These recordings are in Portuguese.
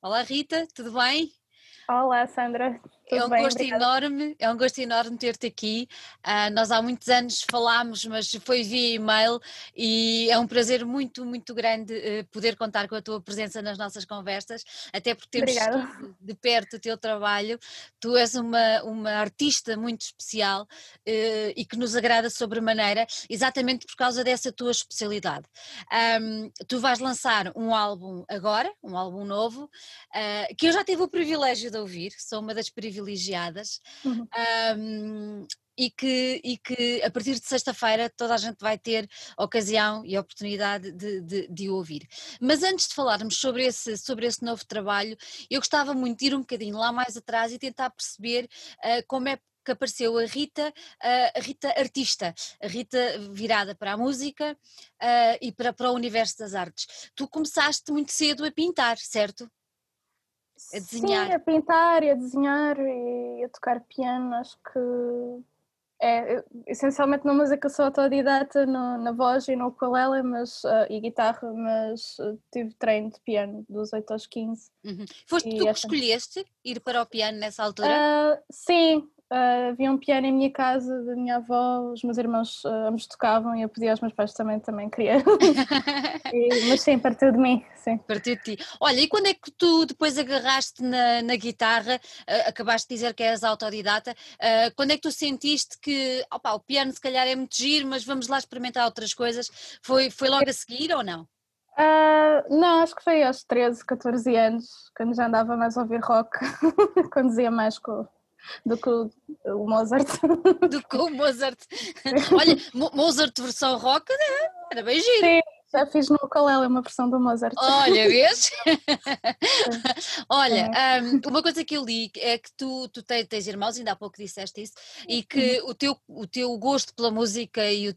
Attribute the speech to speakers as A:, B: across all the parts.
A: Olá Rita, tudo bem?
B: Olá, Sandra. Tudo bem? Obrigada.
A: É um gosto enorme ter-te aqui. Nós há muitos anos falámos, mas foi via e-mail e é um prazer muito, muito grande poder contar com a tua presença nas nossas conversas, até porque temos
B: Obrigada.
A: seguido de perto o teu trabalho. Tu és uma artista muito especial e que nos agrada sobremaneira, exatamente por causa dessa tua especialidade. Tu vais lançar um álbum agora, um álbum novo, que eu já tive o privilégio de ouvir, sou uma das privilegiadas,
B: Uhum.
A: um, e que a partir de sexta-feira toda a gente vai ter ocasião e oportunidade de ouvir. Mas antes de falarmos sobre esse novo trabalho, eu gostava muito de ir um bocadinho lá mais atrás e tentar perceber como é que apareceu a Rita artista, a Rita virada para a música e para o universo das artes. Tu começaste muito cedo a pintar, certo? A
B: Sim,
A: desenhar.
B: a pintar e a desenhar e a tocar piano, acho que essencialmente na música sou autodidata na voz e no ukulele, e guitarra, mas tive treino de piano dos 8 aos 15
A: Uhum. Foste
B: e
A: tu que
B: essa.
A: escolheste ir para o piano nessa altura?
B: Sim, havia um piano em minha casa da minha avó, os meus irmãos ambos tocavam e eu pedi aos meus pais também queria. Mas sim, partiu de mim, sim.
A: Partiu de ti. Olha, e quando é que tu depois agarraste na guitarra, acabaste de dizer que eras autodidata, quando é que tu sentiste que, opa, o piano se calhar é muito giro, mas vamos lá experimentar outras coisas, foi logo a seguir ou não?
B: Não, acho que foi aos 13, 14 anos, quando já andava mais a ouvir rock, quando dizia mais do que o Mozart.
A: Do que o Mozart. Olha, Mozart versão rock, né? Era bem giro.
B: Sim, já fiz no ukulele uma versão do Mozart.
A: Olha, vês?
B: Sim,
A: Olha,
B: também.
A: uma coisa que eu li é que tu tens irmãos, ainda há pouco disseste isso, e
B: Uhum.
A: que o teu gosto pela música e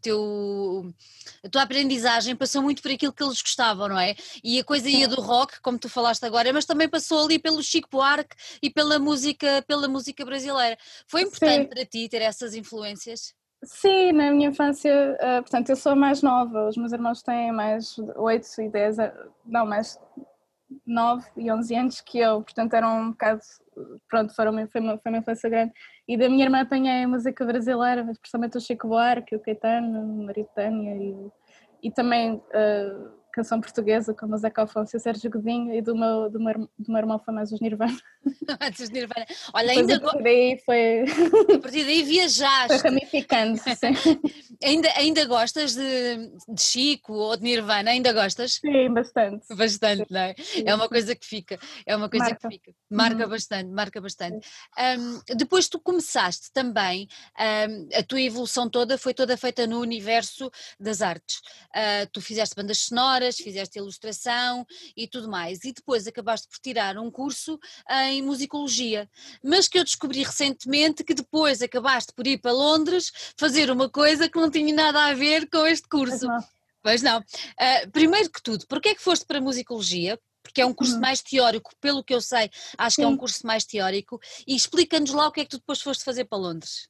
A: a tua aprendizagem passou muito por aquilo que eles gostavam, não é? E a coisa ia
B: Sim,
A: do rock, como tu falaste agora, mas também passou ali pelo Chico Buarque e pela música brasileira. Foi importante
B: sim,
A: para ti ter essas influências?
B: sim, na minha infância, portanto, eu sou a mais nova, os meus irmãos têm mais 8 e 10, não, mais 9 e 11 anos que eu, portanto eram um bocado, pronto, foi uma influência grande. E da minha irmã apanhei a música brasileira, especialmente o Chico Buarque, o Caetano, a Maritânia e também canção portuguesa como o Zeca Afonso e o Sérgio Godinho, e do meu irmão foi mais os Nirvana.
A: Antes de Nirvana. Olha,
B: Depois a partir daí foi,
A: a partir daí
B: foi
A: viajaste.
B: ramificando, sim.
A: Ainda gostas de Chico ou de Nirvana? Ainda gostas?
B: Sim, bastante. Sim,
A: Bastante, não é? É
B: sim,
A: uma
B: sim.
A: coisa que fica, é uma coisa que
B: Marca.
A: fica, marca
B: Uhum.
A: bastante, marca bastante.
B: Sim.
A: Depois tu começaste também, a tua evolução toda foi toda feita no universo das artes. Tu fizeste bandas sonoras, fizeste ilustração e tudo mais, e depois acabaste por tirar um curso em musicologia, mas que eu descobri recentemente que depois acabaste por ir para Londres fazer uma coisa que não tinha nada a ver com este
B: Mas
A: curso.
B: não.
A: Pois não. Primeiro que tudo, porquê é que foste para Musicologia? Porque é um curso
B: Uhum.
A: mais teórico, pelo que eu sei, acho que é um
B: Sim.
A: curso mais teórico, e explica-nos lá o que é que tu depois foste fazer para Londres.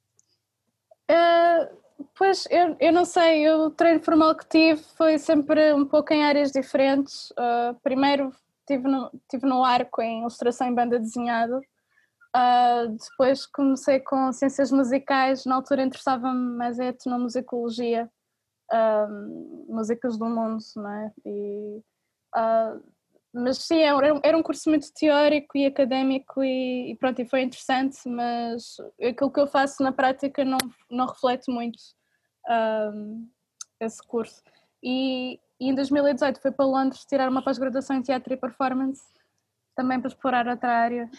B: Ah, Pois eu não sei, o treino formal que tive foi sempre um pouco em áreas diferentes. Primeiro tive no arco em ilustração e banda desenhada. Depois comecei com ciências musicais, na altura interessava-me mais a etnomusicologia, ah, músicas do mundo, não é? Ah, mas sim, era um curso muito teórico e académico e pronto, e foi interessante, mas aquilo que eu faço na prática não reflete muito um, esse curso. E em 2018 fui para Londres tirar uma pós-graduação em teatro e performance, também para explorar outra área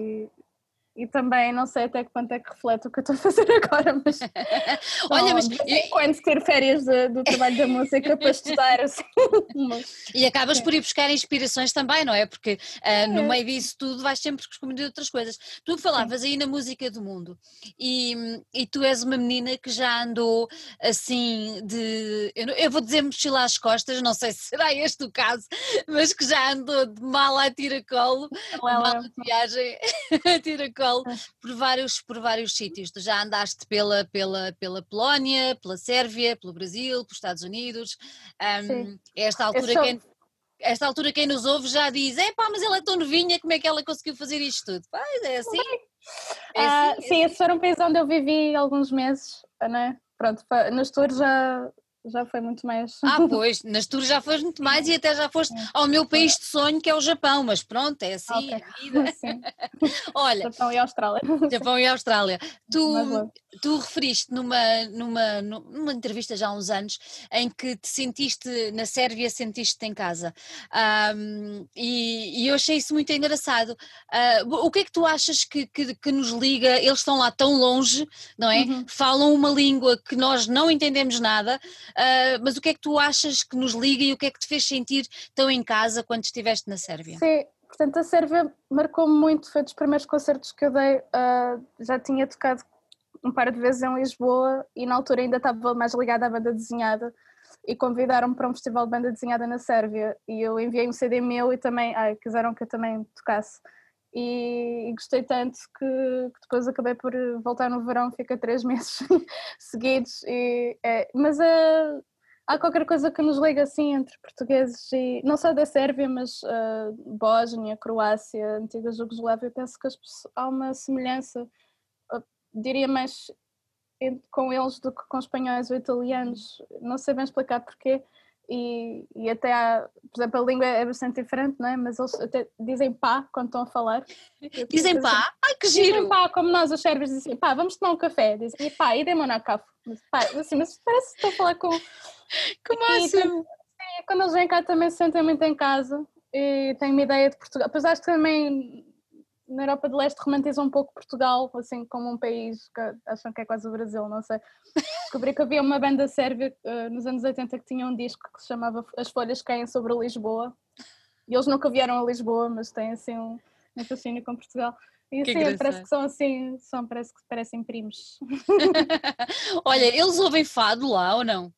B: e também não sei até que ponto é que reflete o que eu estou a fazer agora, mas
A: Olha,
B: de vez em quando ter férias do trabalho da música para estudar, assim.
A: e acabas
B: Sim.
A: por ir buscar inspirações também, não é? Porque no
B: É,
A: meio disso tudo vais sempre descobrir outras coisas. Tu
B: sim.
A: falavas aí na música do mundo e tu és uma menina que já andou assim eu vou dizer mochila às costas, não sei se será este o caso, mas que já andou de mala a tiracolo, mala
B: Ela,
A: de viagem a tiracolo por vários sítios. Tu já andaste pela Polónia, pela Sérvia, pelo Brasil, pelos Estados Unidos.
B: sim.
A: É esta
B: Eu
A: altura
B: sou,
A: que. esta altura quem nos ouve já diz, pá, mas ela é tão novinha, como é que ela conseguiu fazer isto tudo? Pois, é assim. É assim,
B: Sim, esse foi um país onde eu vivi alguns meses, né? Pronto, nos tours já foi muito mais.
A: Pois, nas tours já foste muito mais e até já foste ao meu país de sonho, que é o Japão, mas pronto, é assim,
B: Ok,
A: a vida.
B: sim.
A: Olha,
B: Japão e Austrália.
A: Japão e Austrália.
B: Mais
A: Tu,
B: longe.
A: tu referiste numa entrevista já há uns anos em que te sentiste na Sérvia, sentiste-te em casa. E eu achei isso muito engraçado. O que é que tu achas que nos liga? Eles estão lá tão longe, não é?
B: Uhum.
A: Falam uma língua que nós não entendemos nada, mas o que é que tu achas que nos liga e o que é que te fez sentir tão em casa quando estiveste na Sérvia?
B: Sim, portanto a Sérvia marcou-me muito, foi dos primeiros concertos que eu dei, já tinha tocado um par de vezes em Lisboa e na altura ainda estava mais ligada à banda desenhada e convidaram-me para um festival de banda desenhada na Sérvia e eu enviei um CD meu e também, quiseram que eu também tocasse e gostei tanto que depois acabei por voltar no verão, fica 3 meses seguidos, mas há qualquer coisa que nos liga assim entre portugueses e não só da Sérvia, mas Bósnia, Croácia, antiga Jugoslávia, penso que há uma semelhança, diria mais com eles do que com espanhóis ou italianos, não sei bem explicar porquê, e até há, por exemplo, a língua é bastante diferente, não é? Mas eles até dizem pá quando estão a falar.
A: Dizem
B: Assim,
A: pá? Ai, que
B: dizem
A: giro!
B: pá, como nós os sérvios dizem, pá, vamos tomar um café, dizem, e pá, e dê-me um café. Mas, pá, assim, mas parece que estou a falar com...
A: Que
B: E
A: máximo!
B: quando eles vêm cá também se sentem muito em casa e têm uma ideia de Portugal, apesar de que também na Europa de Leste romantizam um pouco Portugal, assim como um país que acham que é quase o Brasil, não sei. Descobri que havia uma banda sérvia nos anos 80 que tinha um disco que se chamava As Folhas Caem sobre Lisboa e eles nunca vieram a Lisboa, mas têm assim um fascínio com Portugal. E
A: Que
B: assim, parece
A: engraçado.
B: que são assim, parece que parecem primos.
A: Olha, eles ouvem fado lá ou não?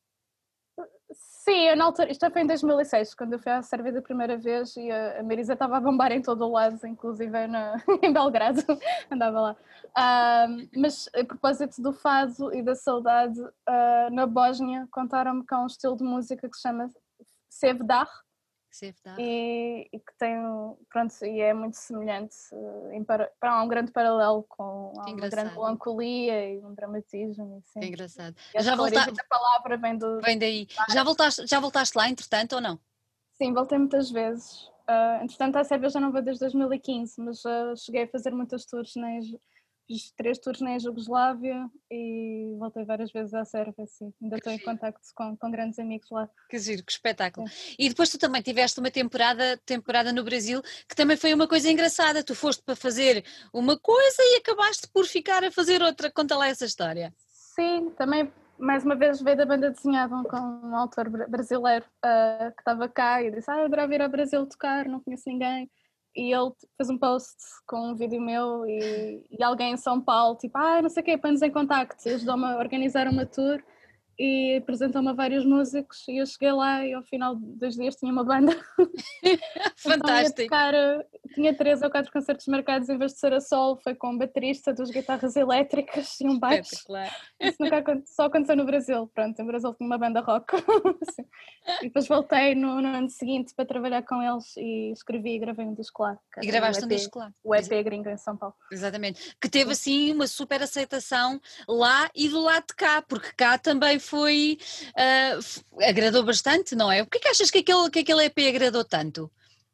B: Sim, eu na altura, isto já foi em 2006, quando eu fui à Sérvia da primeira vez e a Marisa estava a bombar em todo o lado, inclusive em Belgrado, andava lá. Mas a propósito do fado e da saudade, na Bósnia contaram-me que há um estilo de música que se chama Sevdah
A: Sevda.
B: e que tem, pronto, e é muito semelhante, há um grande paralelo
A: Que
B: há uma grande
A: engraçado.
B: melancolia e um dramatismo,
A: Que
B: assim.
A: engraçado.
B: E acho que a origem da palavra vem do...
A: Vem daí. Já voltaste lá, entretanto, ou não?
B: Sim, voltei muitas vezes. Entretanto, à Sérvia já não vou desde 2015, mas cheguei a fazer muitas tours, fiz 3 tours na Jugoslávia e voltei várias vezes à Sérvia, sim. Ainda
A: Que
B: estou em
A: giro,
B: contacto com grandes amigos lá.
A: que giro, que espetáculo.
B: Sim.
A: E depois tu também tiveste uma temporada no Brasil, que também foi uma coisa engraçada. Tu foste para fazer uma coisa e acabaste por ficar a fazer outra. Conta lá essa história.
B: Sim, também mais uma vez veio da banda desenhada com um autor brasileiro que estava cá e disse: eu adorava ir ao Brasil tocar, não conheço ninguém. E ele fez um post com um vídeo meu e alguém em São Paulo, tipo, não sei o quê, põe-nos em contacto. E ajudou-me a organizar uma tour e apresentou-me a vários músicos. E eu cheguei lá e ao final de 2 dias tinha uma banda. Então ia
A: Fantástico.
B: tocar, tinha 3 ou 4 concertos marcados em vez de ser a solo, foi com um baterista, 2 guitarras elétricas e um baixo.
A: Espetacular.
B: Isso nunca só aconteceu no Brasil, pronto, no Brasil tinha uma banda rock. Assim. E depois voltei no ano seguinte para trabalhar com eles e escrevi e gravei um disco lá, que
A: E
B: era o
A: gravaste um
B: EP,
A: disco lá.
B: o EP Gringo em São Paulo.
A: Exatamente, que teve assim uma super aceitação lá e do lado de cá, porque cá também foi, agradou bastante, não é? Por que achas que aquele EP agradou tanto?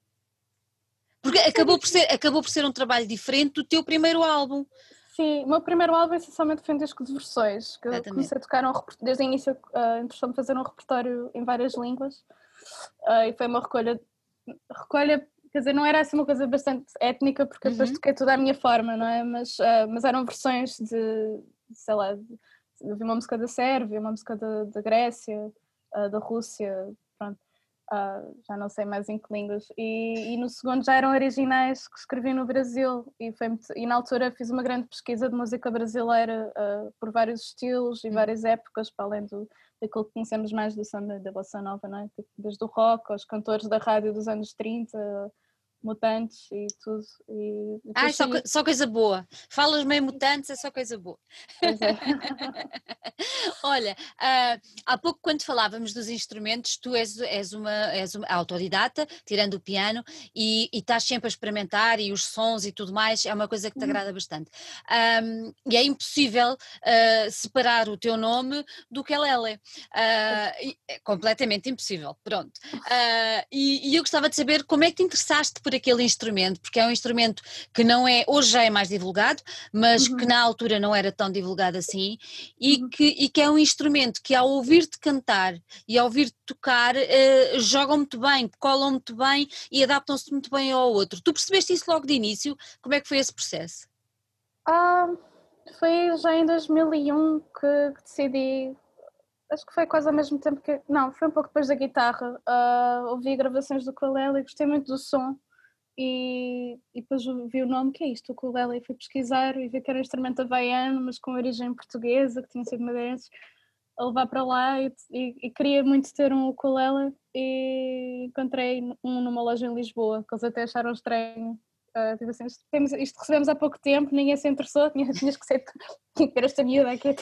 A: Porque
B: Não sei dizer.
A: acabou por ser um trabalho diferente do teu primeiro álbum.
B: Sim, o meu primeiro álbum essencialmente foi um disco de versões, que eu
A: Exatamente.
B: comecei a tocar desde o início, interessou-me fazer um repertório em várias línguas, e foi uma recolha, quer dizer, não era assim uma coisa bastante étnica, porque eu depois
A: Uhum.
B: toquei tudo à minha forma, não é? Mas eram versões sei lá, havia uma música da Sérvia, uma música da Grécia, da Rússia, pronto. Já não sei mais em que línguas, e no segundo já eram originais que escrevi no Brasil e na altura fiz uma grande pesquisa de música brasileira por vários estilos e
A: Uhum.
B: várias épocas, para além daquilo que conhecemos mais do samba da bossa nova, não é? Desde o rock aos cantores da rádio dos anos 30, mutantes e tudo.
A: Ai, só coisa boa. Falas meio mutantes, é só coisa boa.
B: Pois é.
A: Olha, há pouco quando falávamos dos instrumentos, tu és uma autodidata, tirando o piano, e estás sempre a experimentar e os sons e tudo mais, é uma coisa que te agrada bastante. E é impossível separar o teu nome do ukulele. É completamente impossível, pronto. E eu gostava de saber como é que te interessaste por aquele instrumento, porque é um instrumento que não é, hoje já é mais divulgado, mas que na altura não era tão divulgado assim, e que é um instrumento que ao ouvir-te cantar e ao ouvir-te tocar jogam muito bem, colam muito bem e adaptam-se muito bem ao outro. Tu percebeste isso logo de início? Como é que foi esse processo?
B: Foi já em 2001 que decidi, acho que foi quase ao mesmo tempo que, não, foi um pouco depois da guitarra, ouvi gravações do ukulele e gostei muito do som e depois vi o nome, que é isto, o ukulele, e fui pesquisar e vi que era um instrumento havaiano, mas com origem portuguesa, que tinha sido madeirenses, a levar para lá e queria muito ter um ukulele e encontrei um numa loja em Lisboa, que eles até acharam estranho. Tipo assim, isto recebemos há pouco tempo, ninguém se interessou, tinhas que ser, tinha que ter esta miúda aqui.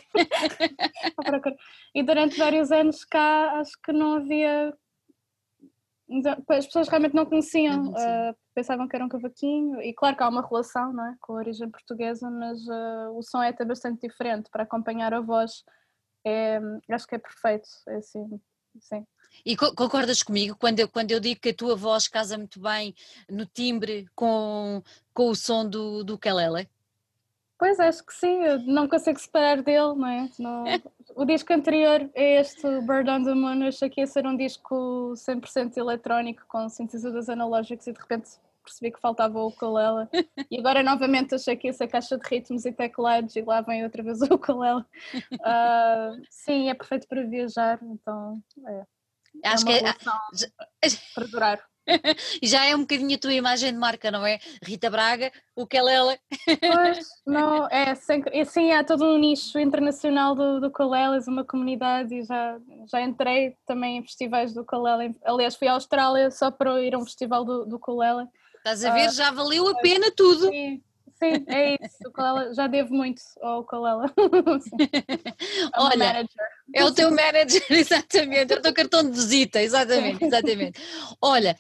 B: E durante vários anos cá acho que não havia, as pessoas realmente não conheciam, pensavam que era um cavaquinho, e claro que há uma relação, não é, com a origem portuguesa, mas o som é até bastante diferente para acompanhar a voz. Acho que é perfeito, é assim, sim.
A: E concordas comigo quando eu digo que a tua voz casa muito bem no timbre com o som do ukulele?
B: Pois acho que sim, eu não consigo separar dele, não é? O disco anterior a este, Bird on the Moon, eu achei que ia ser um disco 100% eletrónico com sintetizadores analógicos e de repente percebi que faltava o ukulele. E agora novamente achei que ia ser caixa de ritmos e teclados e lá vem outra vez o ukulele. Sim, é perfeito para viajar, então é
A: Acho
B: uma
A: que
B: relação para durar.
A: já é um bocadinho a tua imagem de marca, não é? Rita Braga, ukulele.
B: Pois, não, sim, há todo um nicho internacional do ukulele, uma comunidade e já entrei também em festivais do ukulele. Aliás, fui à Austrália só para ir a um festival do ukulele.
A: Estás a ver? Já valeu a pena tudo.
B: Sim, sim, é isso. O ukulele, já devo muito ao ukulele. É o meu
A: Olha,
B: manager.
A: é o teu manager, exatamente, é o teu cartão de visita, exatamente, exatamente. Olha,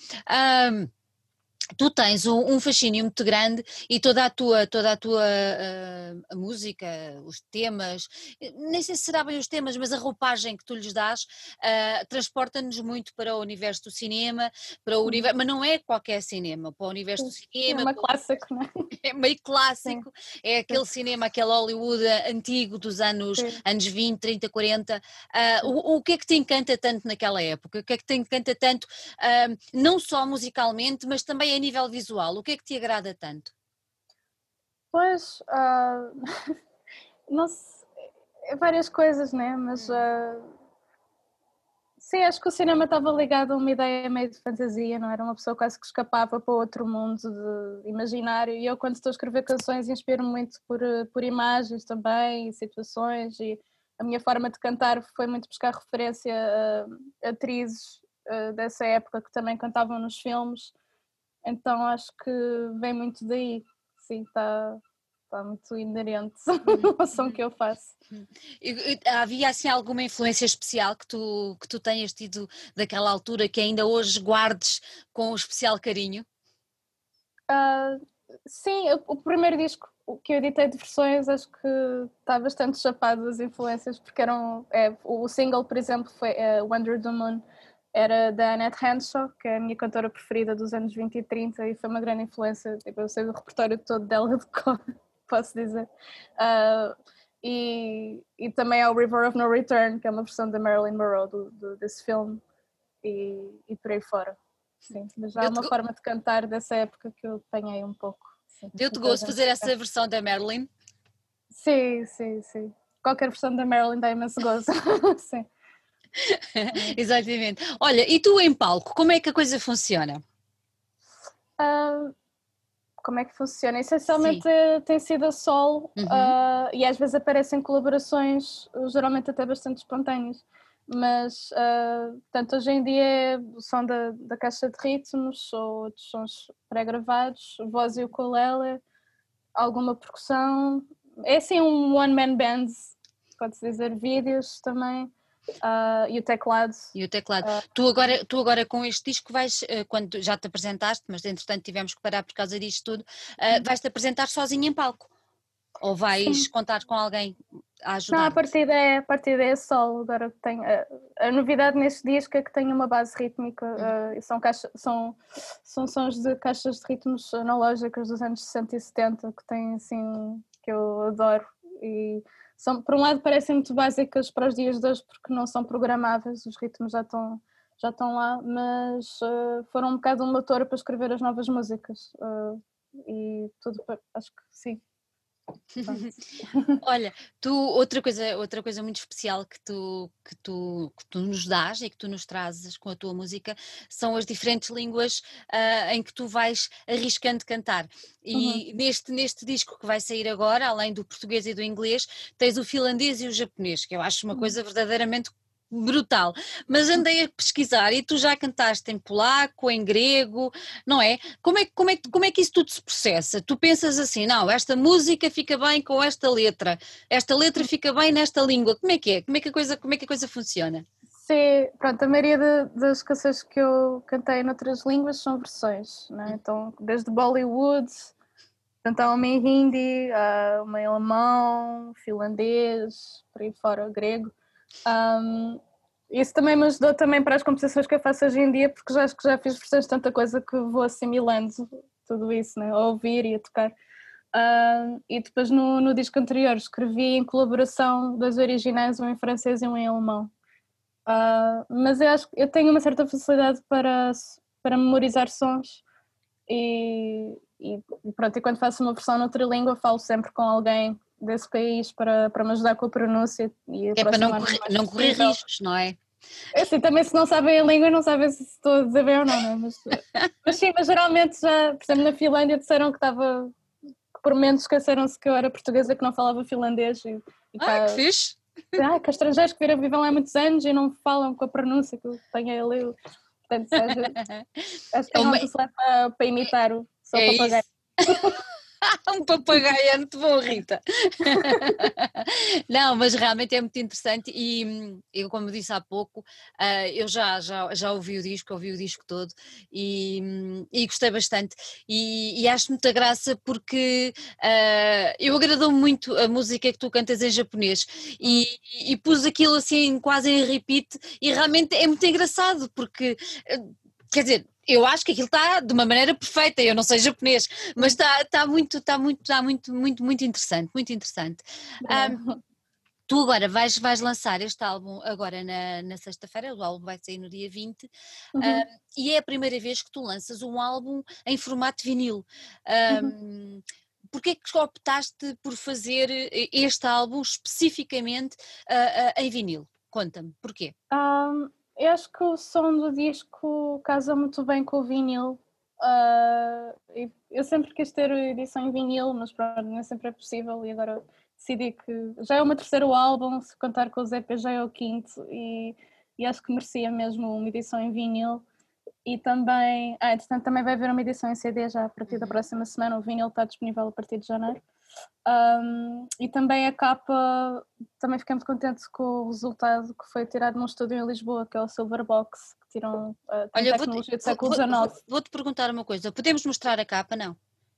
A: tu tens um fascínio muito grande e toda a tua a música, os temas, nem sei se será bem os temas, mas a roupagem que tu lhes dás transporta-nos muito para o universo do cinema, para o universo, mas não é qualquer cinema, para o universo do
B: É
A: cinema,
B: uma clássica, não é?
A: é meio clássico, é aquele cinema, aquele Hollywood antigo dos anos 20, 30, 40. O que é que te encanta tanto naquela época? O que é que te encanta tanto, não só musicalmente, mas também a nível visual? O que é que te agrada tanto?
B: Pois, não sei, várias coisas, né? Mas sim, acho que o cinema estava ligado a uma ideia meio de fantasia, não era? Uma pessoa quase que escapava para outro mundo de imaginário, e eu quando estou a escrever canções inspiro-me muito por imagens também, e situações, e a minha forma de cantar foi muito buscar referência a atrizes dessa época que também cantavam nos filmes, então acho que vem muito daí, sim, está muito inerente ao som que eu faço.
A: Havia assim alguma influência especial que tu tenhas tido daquela altura que ainda hoje guardes com especial carinho?
B: Sim, o primeiro disco que eu editei de versões acho que está bastante chapado das influências, porque o single, por exemplo, foi Wonder the Moon, era da Annette Henshaw, que é a minha cantora preferida dos anos 20 e 30 e foi uma grande influência, tipo, eu sei o repertório todo dela de cor, posso dizer. E também há o River of No Return, que é uma versão da Marilyn Monroe desse filme e por aí fora. Sim, mas já há uma forma de cantar dessa época que eu apanhei um pouco.
A: Deu-te gosto fazer essa versão da Marilyn?
B: Sim, sim, sim. Qualquer versão da Marilyn dá imenso gozo. Sim.
A: Exatamente. Olha, e tu em palco, como é que a coisa funciona?
B: Como é que funciona? Essencialmente
A: Sim.
B: tem sido a solo e às vezes aparecem colaborações, geralmente até bastante espontâneas. mas portanto, hoje em dia é o som da caixa de ritmos ou outros sons pré-gravados, voz e ukulele, alguma percussão, é assim um one-man band, pode-se dizer, vídeos também, e o teclado.
A: E o teclado.
B: Uh,
A: Tu agora com este disco vais, quando já te apresentaste, mas entretanto tivemos que parar por causa disto tudo, vais-te apresentar sozinho em palco? Ou vais
B: sim.
A: contar com alguém a
B: Não,
A: ajudar-te?
B: a partida é solo. Agora tenho, a novidade neste disco é que tem uma base rítmica, e são sons de caixas de ritmos analógicas dos anos 60 e 70 que têm assim, que eu adoro. E são, por um lado parecem muito básicas para os dias de hoje porque não são programáveis, os ritmos já estão lá, mas foram um bocado um motor para escrever as novas músicas. E tudo, acho que sim.
A: Olha, outra coisa muito especial que tu nos dás e que tu nos trazes com a tua música são as diferentes línguas em que tu vais arriscando cantar. E neste disco que vai sair agora, além do português e do inglês, tens o finlandês e o japonês, que eu acho uma coisa verdadeiramente brutal, mas andei a pesquisar e tu já cantaste em polaco, em grego, não é? Como é que isso tudo se processa? Tu pensas assim, não, esta música fica bem com esta letra fica bem nesta língua, como é que é? Como é que a coisa funciona?
B: Sim, pronto, a maioria das canções que eu cantei noutras línguas são versões, né? Então desde Bollywood, cantar uma em hindi, uma em alemão, finlandês, por aí fora, grego. Isso também me ajudou também para as composições que eu faço hoje em dia, porque já acho que já fiz versões de tanta coisa que vou assimilando tudo isso, né? A ouvir e a tocar. E depois no disco anterior escrevi em colaboração dois originais, um em francês e um em alemão. Mas eu acho que eu tenho uma certa facilidade para memorizar sons e pronto, e quando faço uma versão noutra língua falo sempre com alguém desse país para me ajudar com a pronúncia e
A: É para
B: aproximar-me o mais
A: não correr
B: possível.
A: riscos, não é?
B: É assim, também se não sabem a língua não sabem se estou a dizer bem ou não, mas sim, mas geralmente já, por exemplo, na Finlândia disseram que por momentos esqueceram-se que eu era portuguesa que não falava finlandês e
A: Ah, que
B: cá,
A: fixe!
B: que há estrangeiros que vivem lá há muitos anos e não falam com a pronúncia que eu tenho ali. Portanto, às vezes, acho que
A: É,
B: a
A: uma,
B: malta se leva para imitar o seu
A: é
B: papagaio.
A: isso. Um papagaio é muito bom, Rita. Não, mas realmente é muito interessante e eu, como disse há pouco, eu já ouvi o disco todo e gostei bastante e acho muita graça porque eu agradou-me muito a música que tu cantas em japonês e pus aquilo assim quase em repeat e realmente é muito engraçado porque, quer dizer, eu acho que aquilo está de uma maneira perfeita, eu não sei japonês, mas muito interessante, muito interessante. Tu agora vais lançar este álbum agora na sexta-feira, o álbum vai sair no dia 20, e é a primeira vez que tu lanças um álbum em formato vinil. Porquê que optaste por fazer este álbum especificamente em vinil? Conta-me, porquê?
B: Eu acho que o som do disco casa muito bem com o vinil. Eu sempre quis ter edição em vinil, mas pronto, nem sempre é possível e agora decidi que já é o meu terceiro álbum, se contar com os EPs já é o quinto e acho que merecia mesmo uma edição em vinil e também, entretanto também vai haver uma edição em CD já a partir da próxima semana, o vinil está disponível a partir de janeiro. E também a capa, também fiquei muito contente com o resultado que foi tirado num estúdio em Lisboa, que é o Silver Box, que tiram, tem
A: Olha,
B: tecnologia do século XIX.
A: vou-te perguntar uma coisa, podemos mostrar a capa? Não?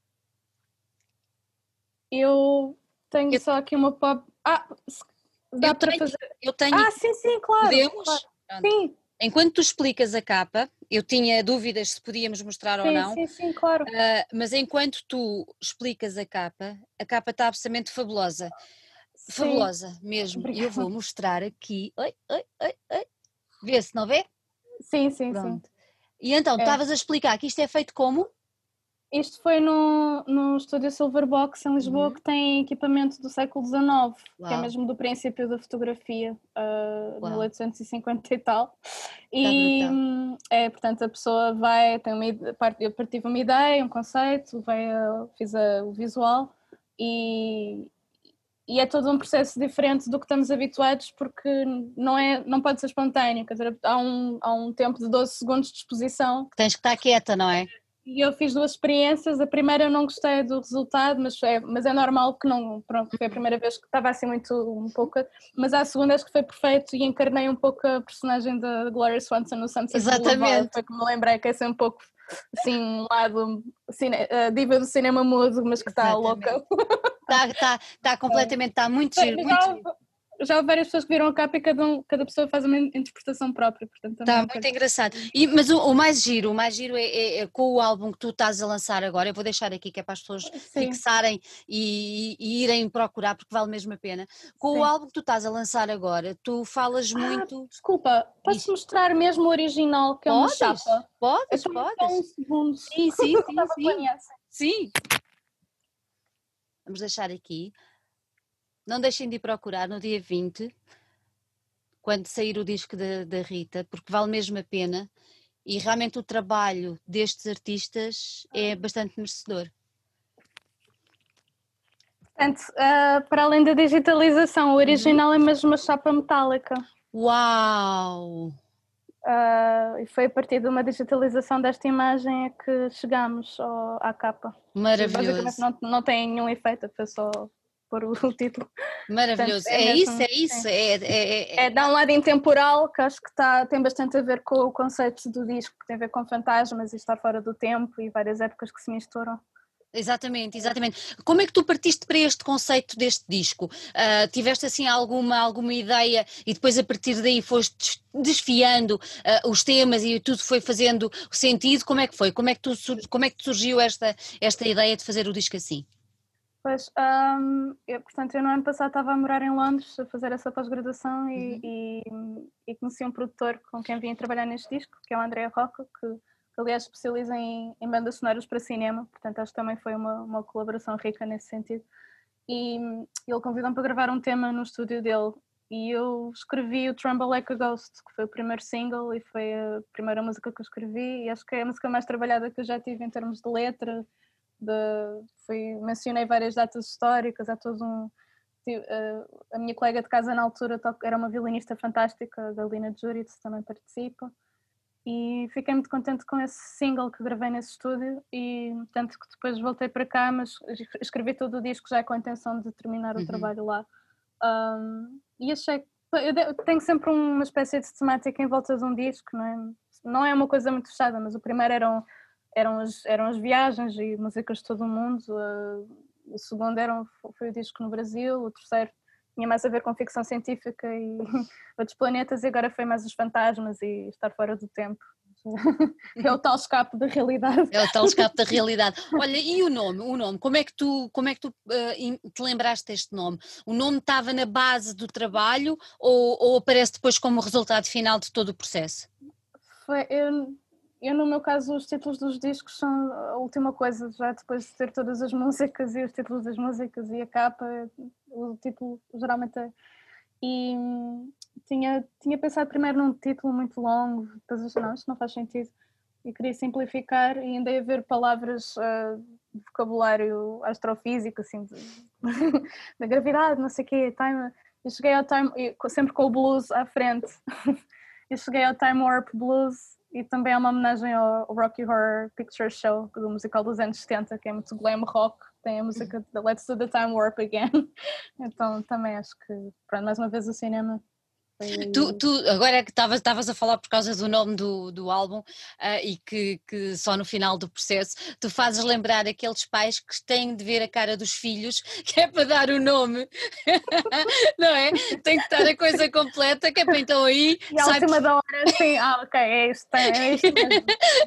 B: Eu tenho
A: Eu,
B: só aqui uma pop.
A: eu
B: Dá para
A: tenho,
B: fazer.
A: eu tenho,
B: Sim, claro, claro.
A: podemos? Pronto.
B: Sim,
A: Enquanto tu explicas a capa, eu tinha dúvidas se podíamos mostrar ou não,
B: sim, claro.
A: mas enquanto tu explicas a capa está absolutamente fabulosa,
B: Sim,
A: fabulosa mesmo, e eu
B: obrigada.
A: vou mostrar aqui, oi, oi, oi, oi. Vê se não vê?
B: Sim.
A: Pronto. E então,
B: É.
A: estavas a explicar que isto é feito como?
B: Isto foi no estúdio Silverbox em Lisboa,
A: Uhum.
B: que tem equipamento do século XIX, que é
A: Uau,
B: mesmo do princípio da fotografia,
A: uau,
B: 1850 e tal.
A: está
B: E
A: brutal.
B: portanto, a pessoa vai, eu tive uma ideia, um conceito, fiz o visual e e é todo um processo diferente do que estamos habituados, porque não pode ser espontâneo, quer dizer, há um tempo de 12 segundos de exposição.
A: Tens que estar quieta, não é?
B: E eu fiz 2 experiências, a primeira eu não gostei do resultado, mas é normal que não, pronto, foi a primeira vez que estava assim um pouco, mas a segunda acho que foi perfeito e encarnei um pouco a personagem da Gloria Swanson no Sunset Boulevard, foi que me lembrei que é assim um pouco, assim, um lado, a diva do cinema mudo, mas que está louca.
A: Está completamente, está muito giro, muito giro.
B: Já houve várias pessoas que viram a capa e cada pessoa faz uma interpretação própria, portanto
A: está muito engraçado. Mas o mais giro é com o álbum que tu estás a lançar agora, eu vou deixar aqui que é para as pessoas fixarem e irem procurar, porque vale mesmo a pena. Com o álbum que tu estás a lançar agora, tu falas muito...
B: Desculpa, posso mostrar mesmo o original, que é uma chapa?
A: Podes.
B: Um segundo.
A: Sim. Vamos deixar aqui. Não deixem de ir procurar no dia 20, quando sair o disco da Rita, porque vale mesmo a pena e realmente o trabalho destes artistas é bastante merecedor.
B: Portanto, para além da digitalização, o original é mesmo uma chapa metálica.
A: Uau!
B: E foi a partir de uma digitalização desta imagem que chegámos à capa.
A: Maravilhoso.
B: Basicamente não tem nenhum efeito, foi só pôr o título.
A: Maravilhoso,
B: Portanto,
A: é isso.
B: Dá um lado intemporal, que acho que tem bastante a ver com o conceito do disco, que tem a ver com fantasmas e estar fora do tempo e várias épocas que se misturam.
A: Exatamente. Como é que tu partiste para este conceito deste disco? Tiveste assim alguma ideia e depois a partir daí foste desfiando os temas e tudo foi fazendo sentido? Como é que foi? Como é que te surgiu esta ideia de fazer o disco assim?
B: Pois, portanto, eu no ano passado estava a morar em Londres a fazer essa pós-graduação e conheci um produtor com quem vim trabalhar neste disco, que é o André Roca, que aliás especializa em bandas sonoras para cinema, portanto acho que também foi uma colaboração rica nesse sentido. E ele convidou-me para gravar um tema no estúdio dele e eu escrevi o Tremble Like a Ghost, que foi o primeiro single e foi a primeira música que eu escrevi e acho que é a música mais trabalhada que eu já tive em termos de letra. Mencionei várias datas históricas, há todo a minha colega de casa na altura era uma violinista fantástica, a Galina Juritz também participa, e fiquei muito contente com esse single que gravei nesse estúdio, e tanto que depois voltei para cá, mas escrevi todo o disco já com a intenção de terminar o trabalho lá. E achei que eu tenho sempre uma espécie de temática em volta de um disco, não é uma coisa muito fechada, mas o primeiro eram as viagens e músicas de todo o mundo, o segundo foi o disco no Brasil, o terceiro tinha mais a ver com ficção científica e outros planetas, e agora foi mais os fantasmas e estar fora do tempo. É o tal escape da realidade.
A: É o tal escape da realidade. Olha, e o nome? Como é que tu te lembraste deste nome? O nome estava na base do trabalho ou aparece depois como resultado final de todo o processo?
B: Eu, no meu caso, os títulos dos discos são a última coisa, já depois de ter todas as músicas e os títulos das músicas e a capa, o título geralmente é. E tinha pensado primeiro num título muito longo, depois achei, não, isto não faz sentido. E queria simplificar e andei a ver palavras de vocabulário astrofísico, assim, da gravidade, não sei o quê, time. Eu cheguei ao time, sempre com o blues à frente, eu cheguei ao Time Warp Blues. E também é uma homenagem ao Rocky Horror Picture Show, do musical dos anos 70, que é muito glam rock, tem a música de Let's Do the Time Warp Again. Então também acho que, pronto, mais uma vez o cinema.
A: Tu agora que estavas a falar por causa do nome do álbum e que só no final do processo tu fazes lembrar aqueles pais que têm de ver a cara dos filhos, que é para dar o nome, não é? Tem que estar a coisa completa, que é para então aí...
B: E à última da hora, assim, ok, é isto mesmo.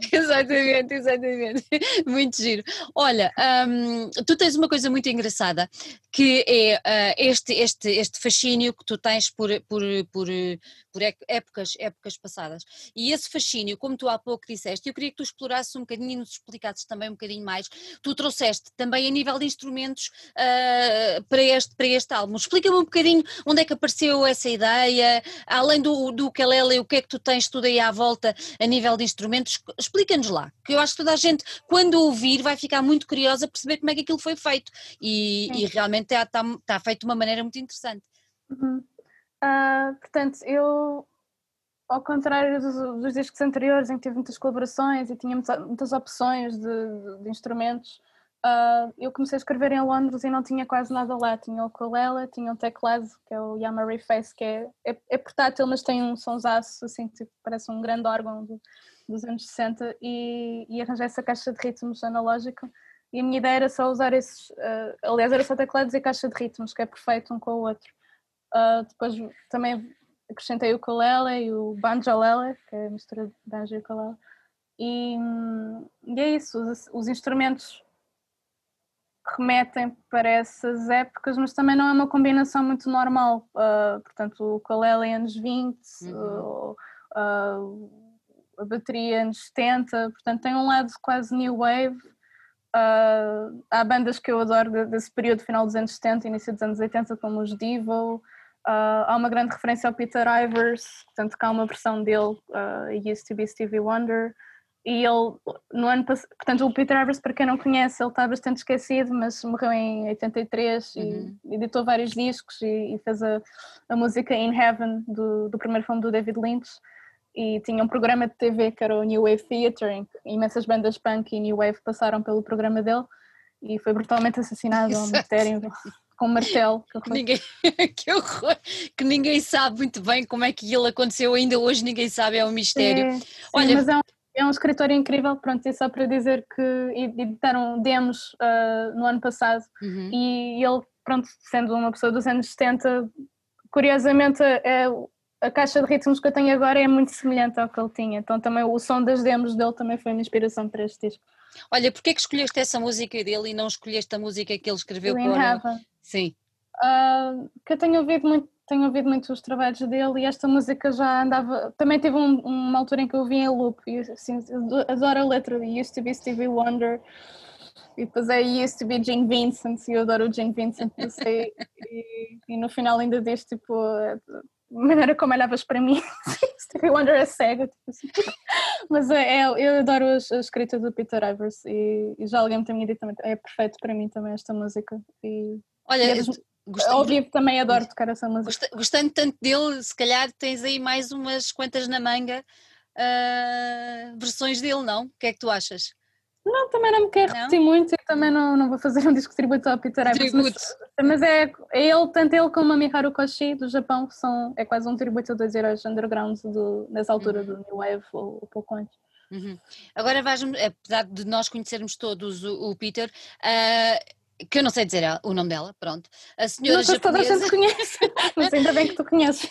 A: Exatamente, muito giro. Olha, tu tens uma coisa muito engraçada, que é este fascínio que tu tens por épocas passadas. E esse fascínio, como tu há pouco disseste, eu queria que tu explorasses um bocadinho e nos explicasses também um bocadinho mais. Tu trouxeste também a nível de instrumentos para este álbum. Explica-me um bocadinho onde é que apareceu essa ideia, além do ukulele, o que é que tu tens tudo aí à volta a nível de instrumentos, explica-nos lá, que eu acho que toda a gente, quando ouvir, vai ficar muito curiosa a perceber como é que aquilo foi feito e realmente está feito de uma maneira muito interessante.
B: Uhum. Portanto, eu, ao contrário dos discos anteriores, em que tive muitas colaborações e tinha muitas opções de instrumentos, eu comecei a escrever em Londres e não tinha quase nada lá. Tinha o ukulele, tinha um teclado, que é o Yamaha Reface, que é portátil, mas tem um sonsaço, assim, que tipo, parece um grande órgão dos anos 60, e arranjei essa caixa de ritmos analógica. E a minha ideia era só usar esses, aliás, era só teclados e caixa de ritmos, que é perfeito um com o outro. Depois também acrescentei o ukulele e o banjolele, que é a mistura de banjo e ukulele. E é isso, os instrumentos remetem para essas épocas, mas também não é uma combinação muito normal. Portanto, o ukulele anos 20, a bateria anos 70, portanto tem um lado quase new wave. Há bandas que eu adoro desse período, final dos anos 70, início dos anos 80, como os Devo. Há uma grande referência ao Peter Ivers, portanto que há uma versão dele, Used to be Stevie Wonder, e ele, no ano passado, portanto o Peter Ivers, para quem não conhece, ele está bastante esquecido, mas morreu em 83 e editou vários discos e fez a música In Heaven do primeiro filme do David Lynch, e tinha um programa de TV que era o New Wave Theatre, em que imensas bandas punk e New Wave passaram pelo programa dele e foi brutalmente assassinado ao mistério com um martelo.
A: Que horror, que ninguém sabe muito bem como é que ele aconteceu, ainda hoje ninguém sabe, é um mistério.
B: Sim, olha, mas é um escritor incrível, pronto, é só para dizer que editaram demos no ano passado e ele, pronto, sendo uma pessoa dos anos 70, curiosamente a caixa de ritmos que eu tenho agora é muito semelhante ao que ele tinha, então também o som das demos dele também foi uma inspiração para este disco.
A: Olha, porquê é que escolheste essa música dele e não escolheste a música que ele escreveu
B: In Heaven.
A: Sim.
B: Que eu tenho ouvido muito os trabalhos dele e esta música já andava, também teve uma altura em que eu ouvi em loop e assim, adoro a letra de Used to be Stevie Wonder e depois é Used to be Gene Vincent e eu adoro o Gene Vincent, não sei, e no final ainda diz tipo a maneira como olhavas para mim Stevie Wonder é cega, tipo assim. Mas eu adoro a escrita do Peter Ivers e já alguém me tinha dito também, é perfeito para mim também esta música e
A: olha,
B: ao vivo também adoro tocar essa música.
A: Gostando tanto dele, se calhar tens aí mais umas quantas na manga versões dele, não? O que é que tu achas?
B: Não, também não me quero repetir muito e também não vou fazer um disco de tributo ao Peter Ivers, mas é ele, tanto ele como a Miharu Koshi do Japão, é quase um tributo a dois heróis underground nessa altura do New Wave ou pouco antes.
A: Agora apesar de nós conhecermos todos o Peter, que eu não sei dizer o nome dela, pronto, a senhora
B: não sei japonesa... se toda a gente conhece, mas ainda bem que tu conheces.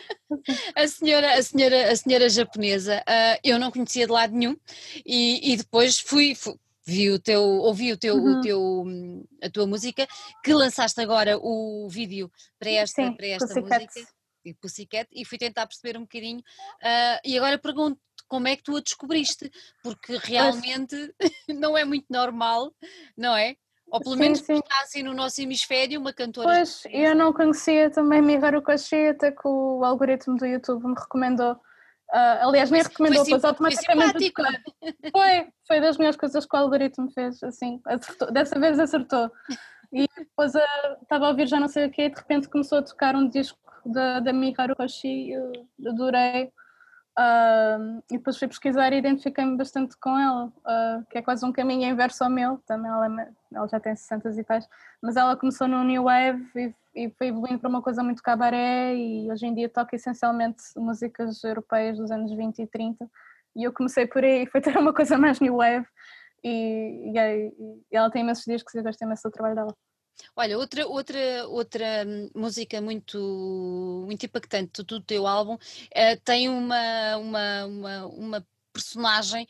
A: A senhora japonesa, eu não conhecia de lado nenhum e depois ouvi a tua música, que lançaste agora o vídeo para esta música, Pussycat, e fui tentar perceber um bocadinho, e agora pergunto como é que tu a descobriste, porque realmente não é muito normal, não é? Ou pelo menos está assim no nosso hemisfério uma cantora.
B: Pois, eu não conhecia também Miharu Koshi, até que o algoritmo do YouTube me recomendou. Aliás, nem recomendou, pois automaticamente foi das melhores coisas que o algoritmo fez, assim, acertou, dessa vez acertou. E depois estava a ouvir já não sei o quê, e de repente começou a tocar um disco da Miharu Koshi, eu adorei. E depois fui pesquisar e identifiquei-me bastante com ela, que é quase um caminho inverso ao meu, também ela já tem 60 e tais, mas ela começou no New Wave e foi evoluindo para uma coisa muito cabaré e hoje em dia toca essencialmente músicas europeias dos anos 20 e 30 e eu comecei por aí, foi ter uma coisa mais New Wave e ela tem imensos discos e eu gosto imenso do trabalho dela.
A: Olha, outra música muito, muito impactante do teu álbum tem uma personagem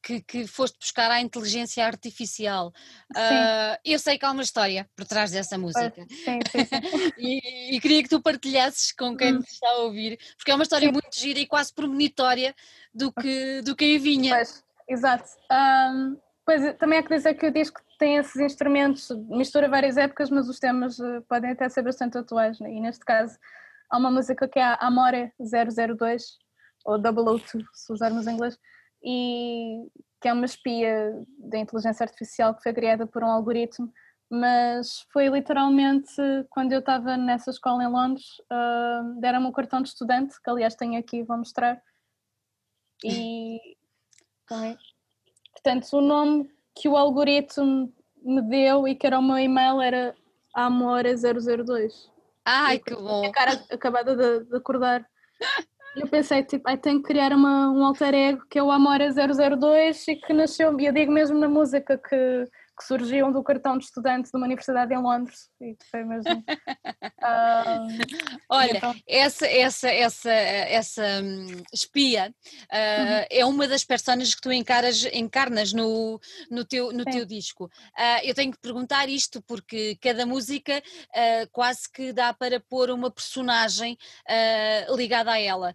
A: que foste buscar à inteligência artificial. Eu sei que há uma história por trás dessa música.
B: Sim, sim, sim.
A: E queria que tu partilhasses com quem nos está a ouvir, porque é uma história
B: Sim.
A: muito gira e quase premonitória do que aí vinha.
B: Pois, exato. Pois, também há que dizer que o disco tem esses instrumentos, mistura várias épocas, mas os temas podem até ser bastante atuais, né? E neste caso há uma música que é a Amore 002, ou 002, se usarmos em inglês, e que é uma espia da inteligência artificial que foi criada por um algoritmo, mas foi literalmente quando eu estava nessa escola em Londres, deram-me um cartão de estudante, que aliás tenho aqui, vou mostrar, e também. Portanto, o nome que o algoritmo me deu e que era o meu e-mail era Amora002.
A: Ai,
B: E
A: que
B: com a minha
A: bom!
B: cara acabada de acordar. E eu pensei, tipo, tenho que criar um alter ego que é o Amora002 e que nasceu, e eu digo mesmo na música que surgiu do cartão de estudante de uma universidade em Londres. E foi mesmo. E
A: Olha,
B: então,
A: essa espia é uma das personagens que tu encarnas no teu
B: sim.
A: disco. Eu tenho que perguntar isto porque cada música quase que dá para pôr uma personagem ligada a ela.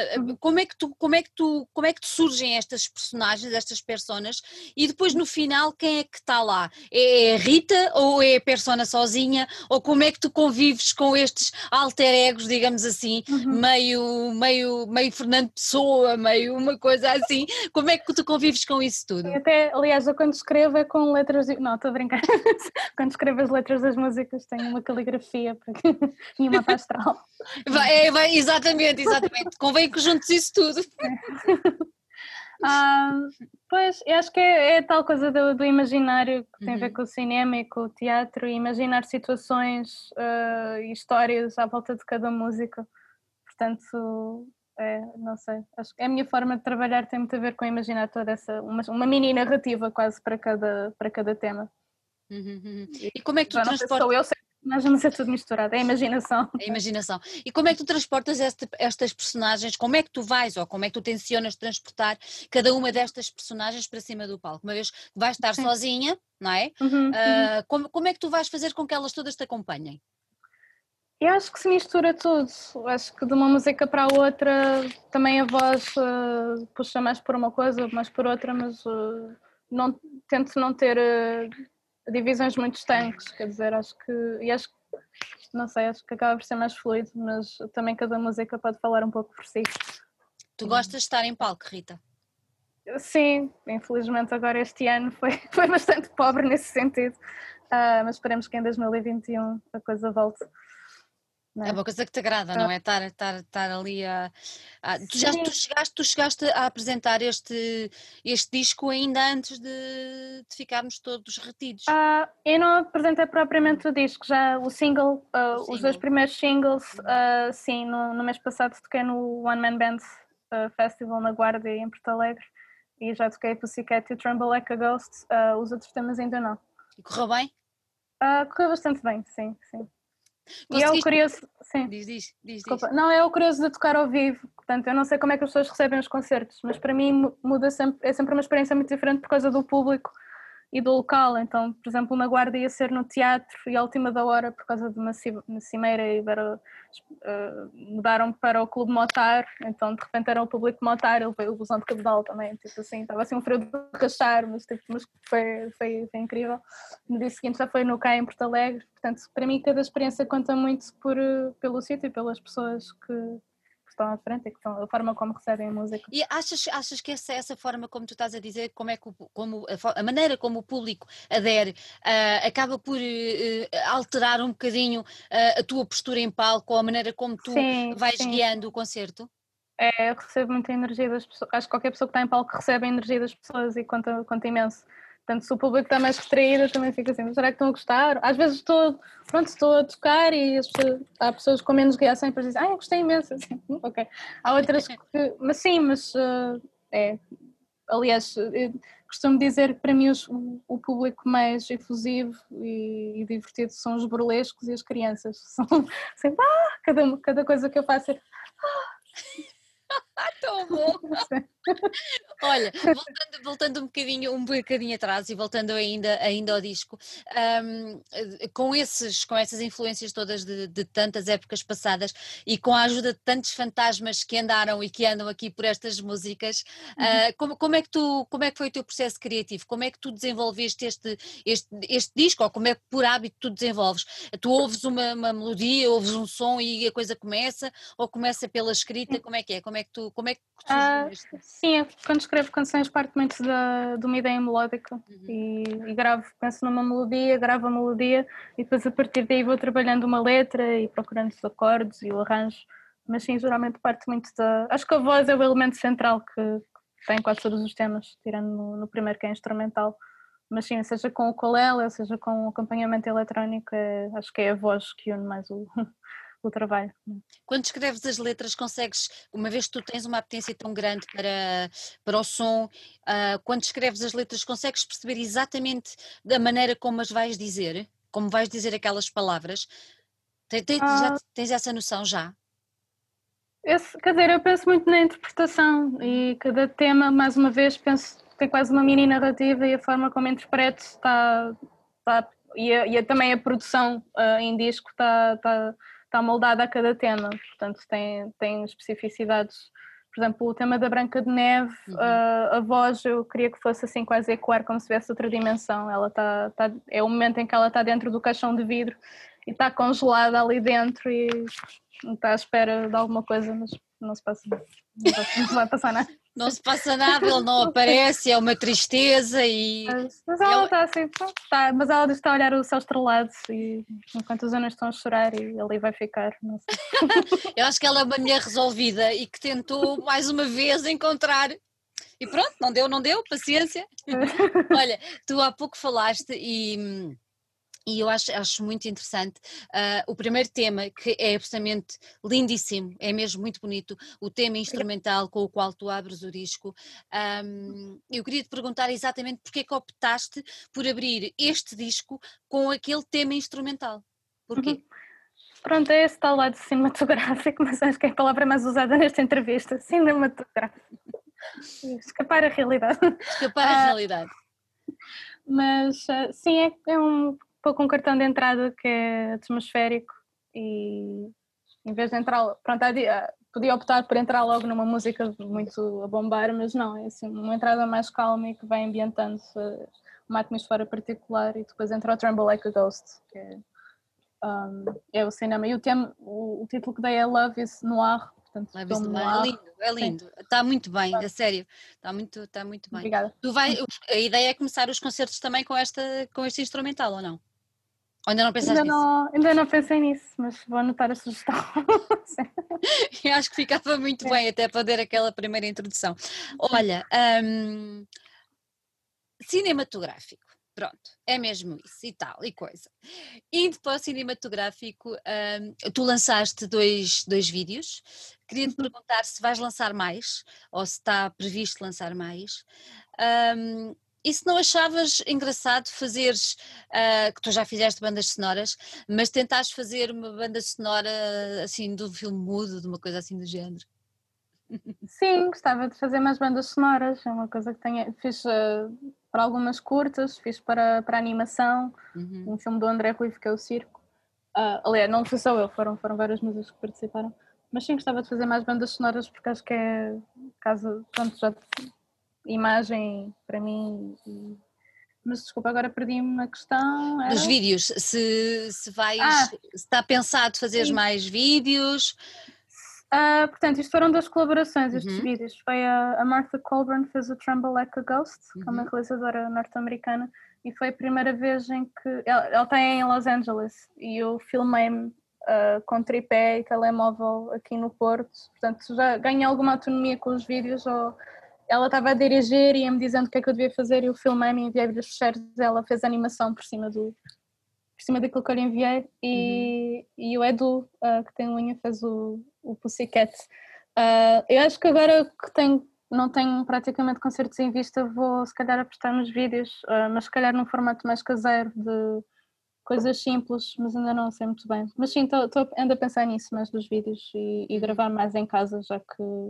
A: Como é que surgem estas personagens, estas personas, e depois no final quem é que está lá? É a Rita ou é a persona sozinha? Ou como é que tu convives com estes alter egos, digamos assim, meio Fernando Pessoa, meio uma coisa assim? Como é que tu convives com isso tudo?
B: Até, aliás, eu quando escrevo é com letras. Não, estou a brincar. Quando escrevo as letras das músicas tenho uma caligrafia e uma pastral.
A: Exatamente. Convém que juntes isso tudo.
B: Ah, pois, eu acho que é tal coisa do imaginário que tem a ver com o cinema e com o teatro, e imaginar situações e histórias à volta de cada música. Portanto, não sei, acho que a minha forma de trabalhar tem muito a ver com imaginar toda uma mini narrativa quase para cada tema.
A: E como é que tu
B: Já não sei se sou
A: transportas
B: eu, sei, mas é tudo misturado, é a imaginação.
A: a imaginação? E como é que tu transportas estas personagens? Como é que tu vais, ou como é que tu tencionas transportar cada uma destas personagens para cima do palco? Uma vez que vais estar
B: Sim.
A: sozinha, não é?
B: Uhum.
A: Como é que tu vais fazer com que elas todas te acompanhem?
B: Eu acho que se mistura tudo. Acho que de uma música para a outra também a voz puxa mais por uma coisa, mais por outra, mas não, tento não ter divisões muito estanques, quer dizer, acho que, não sei, acho que acaba por ser mais fluido, mas também cada música pode falar um pouco por si.
A: Tu gostas de estar em palco, Rita?
B: Sim, infelizmente agora este ano foi bastante pobre nesse sentido, mas esperemos que em 2021 a coisa volte.
A: É
B: Né?
A: uma coisa que te agrada, não é? Estar ali
B: Sim.
A: tu chegaste a apresentar este disco ainda antes de ficarmos todos retidos.
B: Eu não apresentei propriamente o disco, já o single,
A: O
B: os dois
A: single.
B: primeiros singles, sim, no mês passado toquei no One Man Band Festival na Guarda em Porto Alegre e já toquei Pussycat e Tremble Like a Ghost, os outros temas ainda não.
A: E correu bem?
B: Correu bastante bem, sim, sim. E é o
A: Conseguiste?
B: curioso, sim,
A: Diz.
B: desculpa, não, é o curioso de tocar ao vivo, portanto eu não sei como é que as pessoas recebem os concertos, mas para mim muda sempre, é sempre uma experiência muito diferente por causa do público e do local. Então, por exemplo, na Guarda ia ser no teatro e à última da hora, por causa de uma cimeira, mudaram para o Clube Motar, então de repente era o público Motar, ele veio o Busão de Cabedal também, tipo assim, estava assim um frio de rachar, mas foi incrível. No dia seguinte já foi no CAI em Porto Alegre, portanto, para mim cada experiência conta muito pelo sítio e pelas pessoas que estão à frente e que estão, a forma como recebem a música.
A: E achas que essa forma como tu estás a dizer, como é que a maneira como o público adere, acaba por alterar um bocadinho a tua postura em palco ou a maneira como tu
B: Sim,
A: vais
B: sim,
A: guiando o concerto?
B: eu recebo muita energia das pessoas. Acho que qualquer pessoa que está em palco recebe a energia das pessoas e conta imenso. Portanto, se o público está mais retraído, eu também fico assim, será que estão a gostar? Às vezes estou a tocar e há pessoas com menos reação e depois dizem, eu gostei imenso. Assim, ok. Há outras que, mas sim, aliás, costumo dizer que para mim o público mais efusivo e divertido são os burlescos e as crianças. São sempre, cada coisa que eu faço é
A: Tão bom! Olha, voltando um bocadinho atrás e voltando ainda ao disco, com essas influências todas de tantas épocas passadas e com a ajuda de tantos fantasmas que andaram e que andam aqui por estas músicas, como é que foi o teu processo criativo? Como é que tu desenvolveste este disco, ou como é que por hábito tu desenvolves? Tu ouves uma melodia, ouves um som e a coisa começa, ou começa pela escrita? Como é que é? Como é que surgiu este?
B: Sim, quando escrevo canções parte muito de uma ideia melódica e gravo, penso numa melodia, gravo a melodia e depois a partir daí vou trabalhando uma letra e procurando os acordes e o arranjo, mas sim, geralmente parte muito da... Acho que a voz é o elemento central que tem quase todos os temas, tirando no primeiro que é instrumental, mas sim, seja com o ukulele, seja com o acompanhamento eletrónico, acho que é a voz que une mais o trabalho.
A: Quando escreves as letras, consegues, uma vez que tu tens uma apetência tão grande para o som, quando escreves as letras, consegues perceber exatamente da maneira como as vais dizer, como vais dizer aquelas palavras? Já tens essa noção já?
B: Quer dizer, eu penso muito na interpretação e cada tema, mais uma vez, penso que tem quase uma mini narrativa e a forma como interpreto também a produção em disco está moldada a cada tema, portanto tem especificidades. Por exemplo, o tema da Branca de Neve, a voz eu queria que fosse assim quase ecoar como se tivesse outra dimensão. Ela é o momento em que ela está dentro do caixão de vidro e está congelada ali dentro e está à espera de alguma coisa, mas não se passa nada. Não vai passar nada.
A: Não se passa nada, ele não aparece, é uma tristeza e...
B: Mas ela está assim, mas ela está a olhar o céu estrelado e enquanto os anões estão a chorar e ali vai ficar, não sei.
A: Eu acho que ela é uma mulher resolvida e que tentou mais uma vez encontrar... E pronto, não deu, paciência. Olha, tu há pouco falaste e eu acho muito interessante o primeiro tema, que é absolutamente lindíssimo, é mesmo muito bonito, o tema instrumental com o qual tu abres o disco. Eu queria te perguntar exatamente porque é que optaste por abrir este disco com aquele tema instrumental. Porquê?
B: Pronto, é esse tal lado cinematográfico, mas acho que é a palavra mais usada nesta entrevista, cinematográfico. Escapar à realidade.
A: Escapar à realidade.
B: Mas sim, é um pouco um cartão de entrada que é atmosférico e em vez de entrar, pronto, podia optar por entrar logo numa música muito a bombar, mas não, é assim uma entrada mais calma e que vai ambientando uma atmosfera particular e depois entra o Tremble Like a Ghost, que é o cinema. E o título que dei é Love is Noir, portanto, filme noir.
A: É lindo, está muito bem, a sério, está muito bem.
B: Obrigada.
A: A ideia é começar os concertos também com este instrumental, ou não? Ou ainda não pensaste nisso?
B: Ainda não pensei nisso, mas vou anotar a sugestão.
A: Eu acho que ficava muito bem até para dar aquela primeira introdução. Olha, cinematográfico, pronto, é mesmo isso e tal e coisa. Indo para o cinematográfico, tu lançaste dois vídeos, queria-te perguntar se vais lançar mais ou se está previsto lançar mais. E se não achavas engraçado fazeres, que tu já fizeste bandas sonoras, mas tentares fazer uma banda sonora assim de um filme mudo, de uma coisa assim do género?
B: Sim, gostava de fazer mais bandas sonoras, é uma coisa que fiz para algumas curtas, fiz para animação, um filme do André Ruivo que é o Circo. Aliás, não fui só eu, foram várias músicas que participaram, mas sim, gostava de fazer mais bandas sonoras porque acho que é caso, pronto, já imagem para mim mas desculpa, agora perdi-me na questão.
A: Dos vídeos, se está pensado fazeres mais vídeos.
B: Portanto, isto foram duas colaborações, estes vídeos. Foi a Martha Colburn fez o Tremble Like a Ghost, que é uma realizadora norte-americana, e foi a primeira vez em que ela está em Los Angeles e eu filmei-me com tripé e telemóvel aqui no Porto, portanto já ganhei alguma autonomia com os vídeos. Ela estava a dirigir e ia-me dizendo o que é que eu devia fazer e eu filmei-me e enviei-lhe os fecheiros. Ela fez a animação por cima daquilo que eu lhe enviei e o Edu, que tem unha, fez o Pussycat. Eu acho que agora que não tenho praticamente concertos em vista, vou se calhar apostar nos vídeos, mas se calhar num formato mais caseiro, de coisas simples, mas ainda não sei muito bem. Mas sim, ando a pensar nisso mais dos vídeos e gravar mais em casa, já que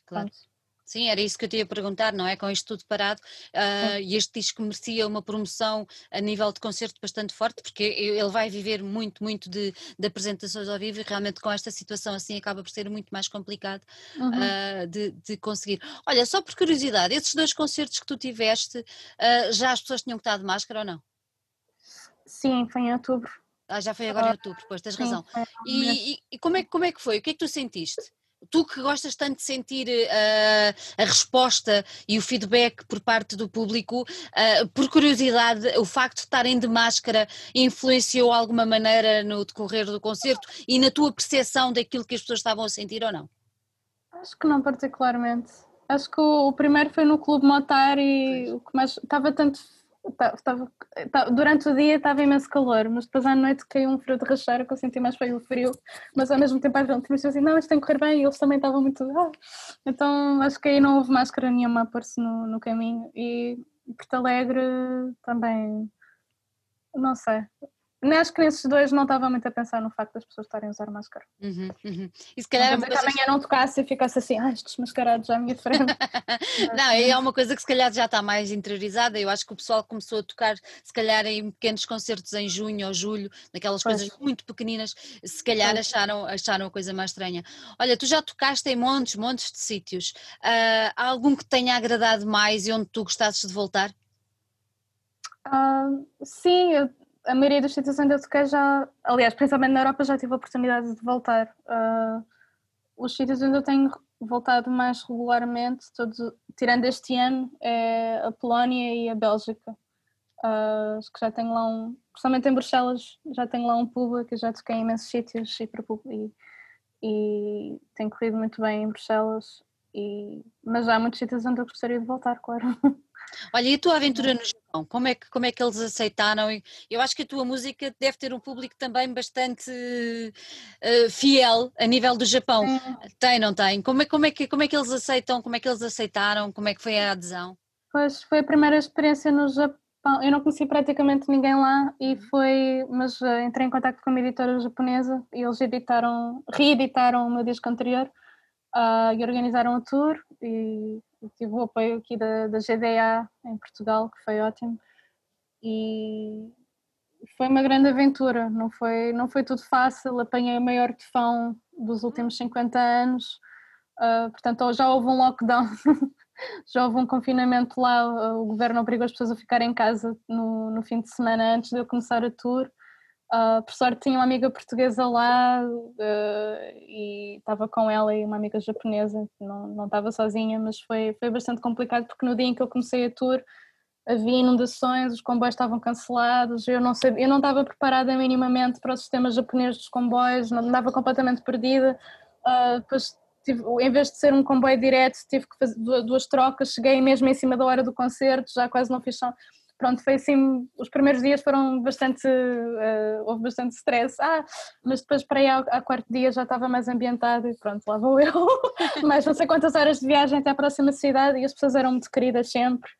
A: claro.
B: Pronto.
A: Sim, era isso que eu te ia perguntar, não é? Com isto tudo parado, e este disco merecia uma promoção a nível de concerto bastante forte, porque ele vai viver muito, muito de apresentações ao vivo e realmente com esta situação assim acaba por ser muito mais complicado
B: Uhum.
A: de conseguir. Olha, só por curiosidade, esses 2 concertos que tu tiveste, já as pessoas tinham que estar de máscara ou não?
B: Sim, foi em outubro.
A: Já foi agora em
B: Ah,
A: outubro, pois tens
B: sim,
A: razão.
B: foi há um
A: E,
B: mês.
A: e- e como é que foi? O que é que tu sentiste? Tu que gostas tanto de sentir a resposta e o feedback por parte do público, por curiosidade, o facto de estarem de máscara influenciou de alguma maneira no decorrer do concerto e na tua percepção daquilo que as pessoas estavam a sentir ou não?
B: Acho que não particularmente. Acho que o primeiro foi no Clube Motar e
A: Pois.
B: o que mais estava tanto durante o dia estava imenso calor, mas depois à noite caiu um frio de rachar que eu senti mais feio o frio, mas ao mesmo tempo às vezes me assim, não, isto tem que correr bem e eles também estavam muito. Então acho que aí não houve máscara nenhuma a pôr-se no caminho e Porto Alegre também, não sei. Acho que nesses dois não estava muito a pensar no facto das pessoas estarem a usar máscara.
A: Uhum, uhum. E se
B: Não
A: calhar é
B: vou
A: uma
B: dizer que
A: coisa.
B: amanhã não tocasse e ficasse assim, estes mascarados já à minha frente.
A: Não, é uma coisa que se calhar já está mais interiorizada. Eu acho que o pessoal começou a tocar, se calhar, em pequenos concertos em junho ou julho, daquelas
B: Pois,
A: coisas muito pequeninas, se calhar
B: pois.
A: acharam a coisa mais estranha. Olha, tu já tocaste em montes, montes de sítios. Há algum que te tenha agradado mais e onde tu gostasses de voltar?
B: Ah, sim, a maioria dos sítios onde eu toquei já, aliás, principalmente na Europa, já tive a oportunidade de voltar. Os sítios onde eu tenho voltado mais regularmente, todos, tirando este ano, é a Polónia e a Bélgica. Acho que já tenho lá principalmente em Bruxelas, já tenho lá um público, eu já toquei em imensos sítios e tem corrido muito bem em Bruxelas, mas já há muitos sítios onde eu gostaria de voltar, claro.
A: Olha, e a tua aventura no Japão? Como é que eles aceitaram? Eu acho que a tua música deve ter um público também bastante fiel a nível do Japão.
B: Sim.
A: Tem, não tem? Como é que eles aceitam? Como é que eles aceitaram? Como é que foi a adesão?
B: Pois foi a primeira experiência no Japão. Eu não conheci praticamente ninguém lá mas entrei em contato com uma editora japonesa e eles reeditaram o meu disco anterior e organizaram o tour e tive o apoio aqui da GDA em Portugal, que foi ótimo. E foi uma grande aventura, não foi tudo fácil, apanhei o maior tufão dos últimos 50 anos, portanto já houve um lockdown. Já houve um confinamento lá, o governo obrigou as pessoas a ficar em casa no fim de semana antes de eu começar a tour. Por sorte tinha uma amiga portuguesa lá e estava com ela e uma amiga japonesa, não estava sozinha, mas foi bastante complicado porque no dia em que eu comecei a tour havia inundações, os comboios estavam cancelados, eu não sabia, eu não estava preparada minimamente para o sistema japonês dos comboios, não andava completamente perdida. Depois em vez de ser um comboio direto, tive que fazer 2 trocas, cheguei mesmo em cima da hora do concerto, já quase não fiz som. Pronto, foi assim, os primeiros dias foram bastante, houve bastante stress, mas depois para aí ao quarto dia já estava mais ambientado e pronto, lá vou eu, mais não sei quantas horas de viagem até à próxima cidade e as pessoas eram muito queridas sempre.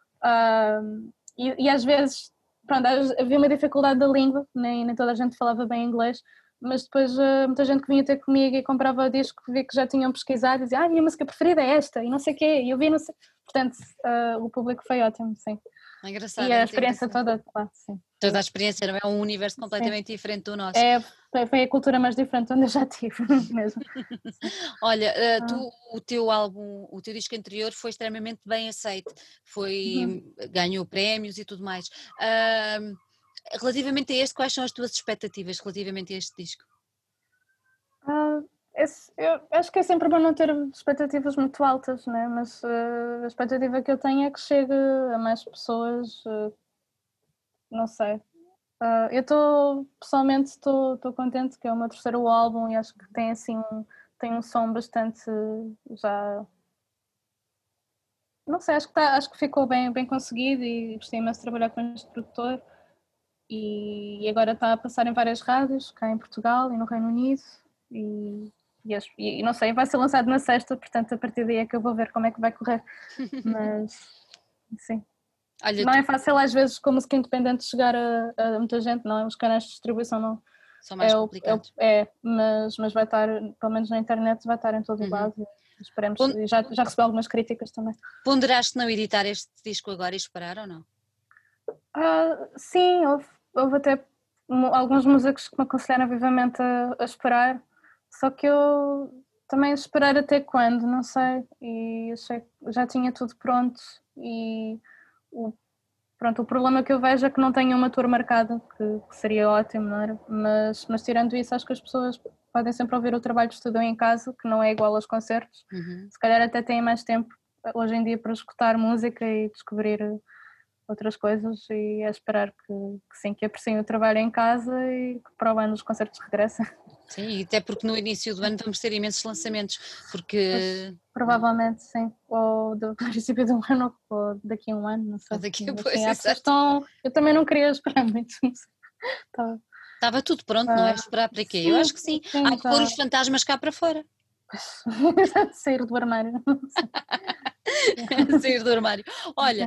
B: E às vezes, pronto, havia uma dificuldade da língua, nem toda a gente falava bem inglês, mas depois muita gente que vinha ter comigo e comprava o disco, vi que já tinham pesquisado e dizia, a minha música preferida é esta, e não sei o quê, e eu vi, não sei. Portanto, o público foi ótimo, sim.
A: É
B: E
A: engraçado, é
B: a
A: muito
B: experiência
A: engraçado.
B: toda, claro, sim.
A: Toda a experiência, não é um universo
B: Sim.
A: completamente diferente do nosso.
B: Foi a cultura mais diferente onde eu já tive, mesmo. Sim.
A: Olha,
B: Ah,
A: o teu álbum, o teu disco anterior foi extremamente bem aceito,
B: uhum.
A: ganhou prémios e tudo mais. Relativamente a este, quais são as tuas expectativas relativamente a este disco?
B: Ah, eu acho que é sempre bom não ter expectativas muito altas, né? Mas a expectativa que eu tenho é que chegue a mais pessoas, não sei. Pessoalmente estou contente que é o meu terceiro álbum e acho que tem um som bastante já, não sei, acho que ficou bem conseguido e gostei imenso de trabalhar com este produtor e agora está a passar em várias rádios, cá em Portugal e no Reino Unido e não sei, vai ser lançado na sexta, portanto a partir daí é que eu vou ver como é que vai correr, mas sim.
A: Olha,
B: Não é fácil às vezes com música independente chegar a muita gente, não é? Os canais de distribuição não
A: são mais complicados.
B: mas vai estar, pelo menos na internet vai estar em todo o
A: Uhum.
B: lado. esperemos, já recebi algumas críticas também.
A: Ponderaste não editar este disco agora e esperar ou não?
B: Sim, houve até alguns músicos que me aconselharam vivamente a esperar, só que eu também esperar até quando, não sei, e achei que já tinha tudo pronto e o problema que eu vejo é que não tenho uma tour marcada, que seria ótimo, não era? Mas tirando isso, acho que as pessoas podem sempre ouvir o trabalho de estúdio em casa, que não é igual aos concertos, se calhar até têm mais tempo hoje em dia para escutar música e descobrir outras coisas, e é esperar que sim, que apreciem o trabalho em casa e que para o ano os concertos regressem.
A: Sim, e até porque no início do ano vamos ter imensos lançamentos, porque...
B: Mas, provavelmente sim, ou do princípio do ano ou daqui a um ano, não sei.
A: Daqui a
B: Mas,
A: pouco,
B: sim, há pessoas estão... Eu também não queria esperar muito, não sei.
A: Estava tudo pronto, não é? Esperar para quê?
B: Sim,
A: Eu acho que sim.
B: sim,
A: Há que pôr os fantasmas cá para fora.
B: Sair do armário.
A: Sair do armário. Olha,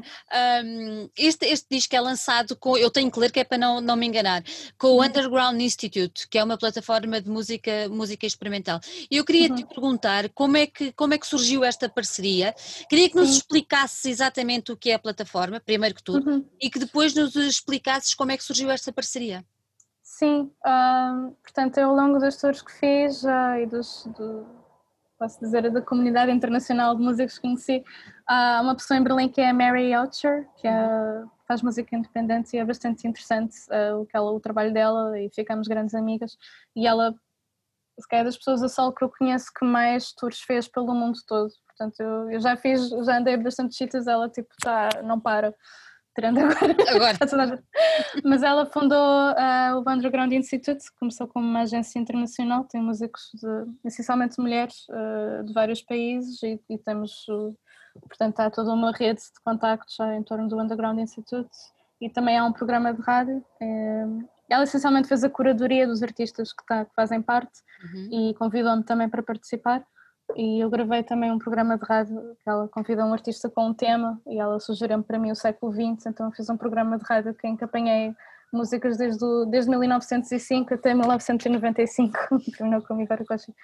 A: este disco é lançado com, eu tenho que ler que é para não me enganar, com o Underground Institute, que é uma plataforma de música experimental. E eu queria te perguntar como é que surgiu esta parceria. Queria que nos explicasses exatamente o que é a plataforma, primeiro que tudo, e que depois nos explicasses como é que surgiu esta parceria.
B: Sim, portanto, eu, ao longo das tours que fiz e posso dizer, da comunidade internacional de músicos que conheci, há uma pessoa em Berlim que é a Mary Oucher, que faz música independente e é bastante interessante o trabalho dela, e ficamos grandes amigas, e ela, se calhar, das pessoas a solo que eu conheço que mais tours fez pelo mundo todo. Portanto, eu já andei bastante sítios, ela tipo não para. Tirando agora. Mas ela fundou o Underground Institute, começou como uma agência internacional, tem músicos essencialmente mulheres de vários países, e temos, portanto, há toda uma rede de contactos em torno do Underground Institute, e também há um programa de rádio. Ela essencialmente fez a curadoria dos artistas que fazem parte e convidou-me também para participar. E eu gravei também um programa de rádio que ela convidou um artista com um tema, e ela sugeriu-me para mim o século XX, então eu fiz um programa de rádio em que apanhei músicas desde 1905 até 1995, terminou com o Igor Koshi.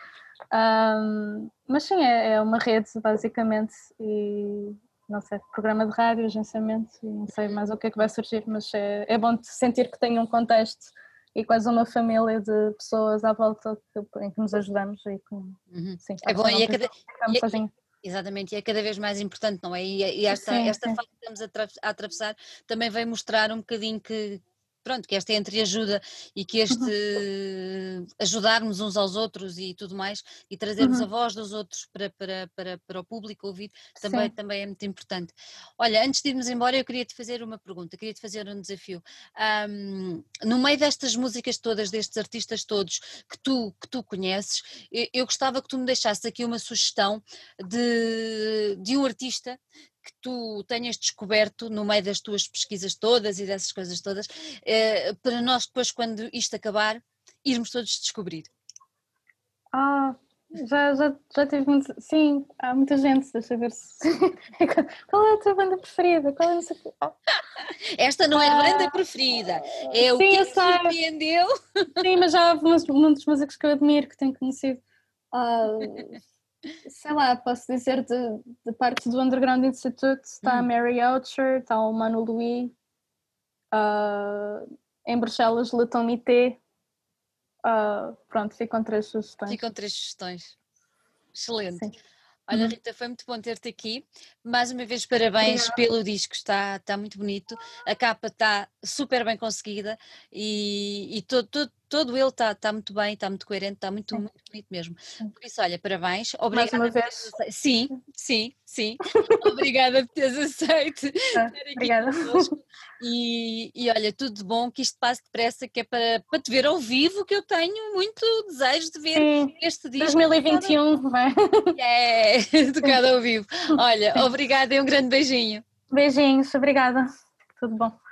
B: Mas sim, é uma rede basicamente, e não sei, programa de rádio, agenciamento, e não sei mais o que é que vai surgir, mas é bom sentir que tem um contexto e quase uma família de pessoas à volta em que nos ajudamos e que, sim,
A: é bom,
B: sozinha.
A: Exatamente, e é cada vez mais importante, não é? E esta fase que estamos a atravessar também vai mostrar um bocadinho que, pronto, que esta entreajuda e que ajudarmos uns aos outros e tudo mais, e trazermos a voz dos outros para o público ouvir, também é muito importante. Olha, antes de irmos embora, eu queria te fazer uma pergunta, queria te fazer um desafio. No meio destas músicas todas, destes artistas todos que tu conheces, eu gostava que tu me deixasses aqui uma sugestão de um artista que tu tenhas descoberto no meio das tuas pesquisas todas e dessas coisas todas, para nós depois, quando isto acabar, irmos todos descobrir.
B: Já tive muito. Sim, há muita gente, deixa eu ver se. Qual é a tua banda preferida? Qual é a...
A: Esta não é a banda preferida, é o que te surpreendeu.
B: Sim, mas já houve muitos músicos que eu admiro, que tenho conhecido. Sei lá, posso dizer de parte do Underground Institute está a Mary Oucher, está o Manu Louis, em Bruxelas, Le Tomité. Pronto, ficam 3 sugestões.
A: Ficam 3 sugestões. Excelente.
B: Sim.
A: Olha, Rita, foi muito bom ter-te aqui. Mais uma vez, parabéns pelo disco, está muito bonito. A capa está super bem conseguida e todo ele está muito bem, está muito coerente, está muito bonito mesmo. Por isso, olha, parabéns. Obrigada.
B: Mais uma vez.
A: Sim. Obrigada por teres aceito estar aqui
B: obrigada.
A: Connosco. E olha, tudo de bom, que isto passe depressa, que é para te ver ao vivo, que eu tenho muito desejo de ver este disco.
B: 2021, vai.
A: Tocado ao vivo. Olha, obrigada e um grande beijinho.
B: Beijinhos, obrigada. Tudo bom.